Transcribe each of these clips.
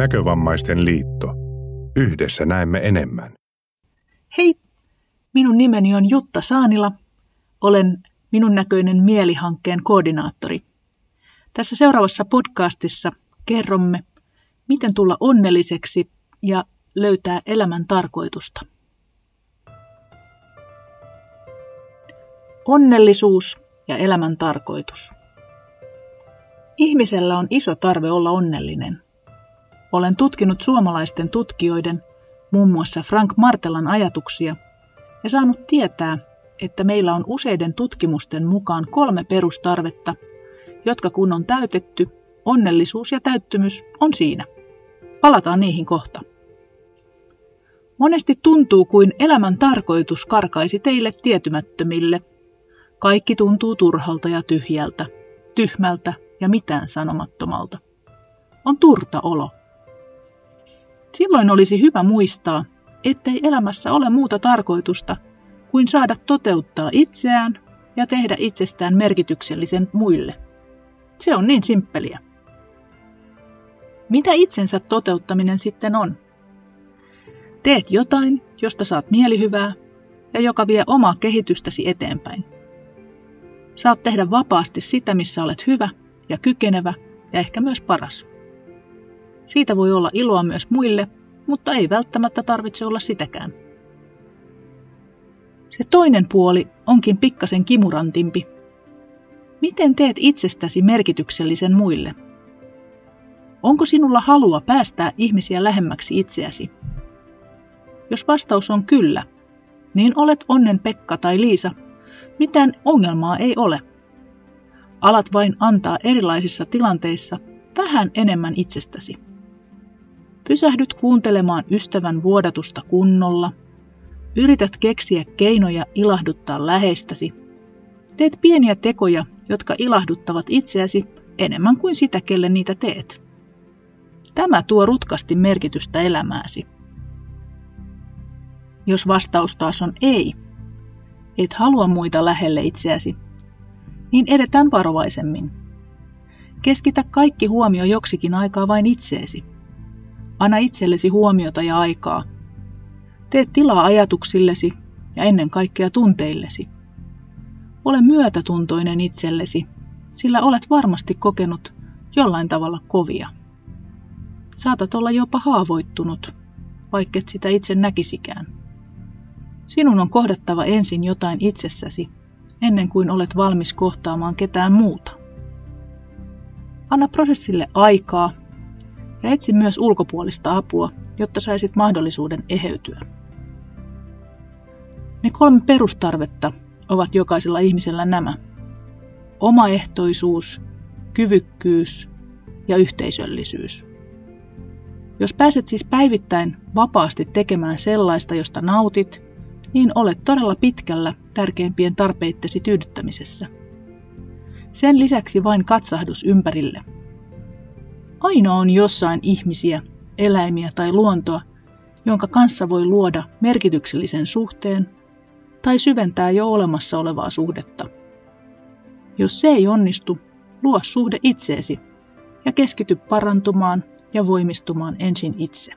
Näkövammaisten liitto. Yhdessä näemme enemmän. Hei, minun nimeni on Jutta Saanila. Olen Minun näköinen mielihankkeen koordinaattori. Tässä seuraavassa podcastissa kerromme, miten tulla onnelliseksi ja löytää elämän tarkoitusta. Onnellisuus ja elämän tarkoitus. Ihmisellä on iso tarve olla onnellinen. Olen tutkinut suomalaisten tutkijoiden, muun muassa Frank Martelan ajatuksia, ja saanut tietää, että meillä on useiden tutkimusten mukaan 3 perustarvetta, jotka kun on täytetty, onnellisuus ja täyttymys on siinä. Palataan niihin kohta. Monesti tuntuu kuin elämän tarkoitus karkaisi teille tietymättömille. Kaikki tuntuu turhalta ja tyhjältä, tyhmältä ja mitään sanomattomalta. On turta olo. Silloin olisi hyvä muistaa, ettei elämässä ole muuta tarkoitusta kuin saada toteuttaa itseään ja tehdä itsestään merkityksellisen muille. Se on niin simppeliä. Mitä itsensä toteuttaminen sitten on? Teet jotain, josta saat mielihyvää ja joka vie omaa kehitystäsi eteenpäin. Saat tehdä vapaasti sitä, missä olet hyvä ja kykenevä ja ehkä myös paras. Siitä voi olla iloa myös muille, mutta ei välttämättä tarvitse olla sitäkään. Se toinen puoli onkin pikkasen kimurantimpi. Miten teet itsestäsi merkityksellisen muille? Onko sinulla halua päästää ihmisiä lähemmäksi itseäsi? Jos vastaus on kyllä, niin olet onnen Pekka tai Liisa. Mitään ongelmaa ei ole. Alat vain antaa erilaisissa tilanteissa vähän enemmän itsestäsi. Pysähdyt kuuntelemaan ystävän vuodatusta kunnolla. Yrität keksiä keinoja ilahduttaa läheistäsi. Teet pieniä tekoja, jotka ilahduttavat itseäsi enemmän kuin sitä, kelle niitä teet. Tämä tuo rutkasti merkitystä elämääsi. Jos vastaus taas on ei, et halua muita lähelle itseäsi, niin edetään varovaisemmin. Keskitä kaikki huomio joksikin aikaa vain itseesi. Anna itsellesi huomiota ja aikaa. Tee tilaa ajatuksillesi ja ennen kaikkea tunteillesi. Ole myötätuntoinen itsellesi, sillä olet varmasti kokenut jollain tavalla kovia. Saatat olla jopa haavoittunut, vaikket sitä itse näkisikään. Sinun on kohdattava ensin jotain itsessäsi, ennen kuin olet valmis kohtaamaan ketään muuta. Anna prosessille aikaa ja etsi myös ulkopuolista apua, jotta saisit mahdollisuuden eheytyä. Ne 3 perustarvetta ovat jokaisella ihmisellä nämä: omaehtoisuus, kyvykkyys ja yhteisöllisyys. Jos pääset siis päivittäin vapaasti tekemään sellaista, josta nautit, niin olet todella pitkällä tärkeimpien tarpeittesi tyydyttämisessä. Sen lisäksi vain katsahdus ympärille. Aina on jossain ihmisiä, eläimiä tai luontoa, jonka kanssa voi luoda merkityksellisen suhteen tai syventää jo olemassa olevaa suhdetta. Jos se ei onnistu, luo suhde itseesi ja keskity parantumaan ja voimistumaan ensin itse.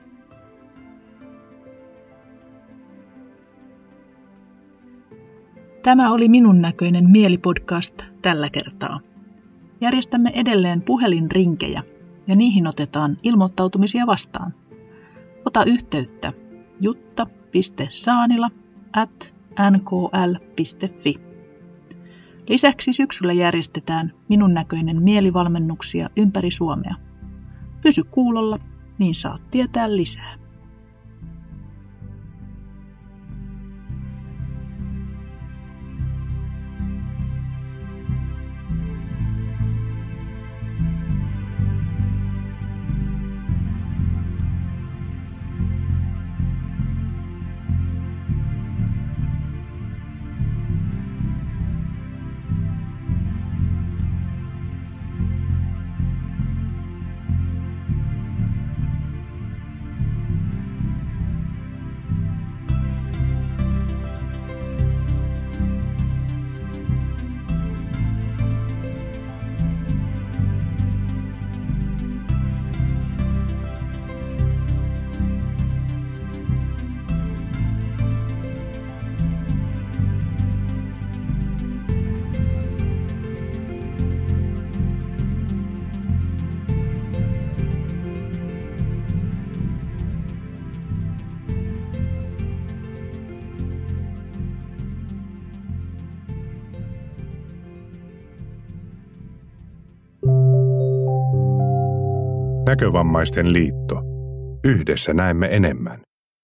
Tämä oli Minun näköinen mielipodcast tällä kertaa. Järjestämme edelleen puhelinrinkejä ja niihin otetaan ilmoittautumisia vastaan. Ota yhteyttä jutta.saanila@nkl.fi. Lisäksi syksyllä järjestetään Minun näköinen mielivalmennuksia ympäri Suomea. Pysy kuulolla, niin saat tietää lisää. Näkövammaisten liitto. Yhdessä näemme enemmän.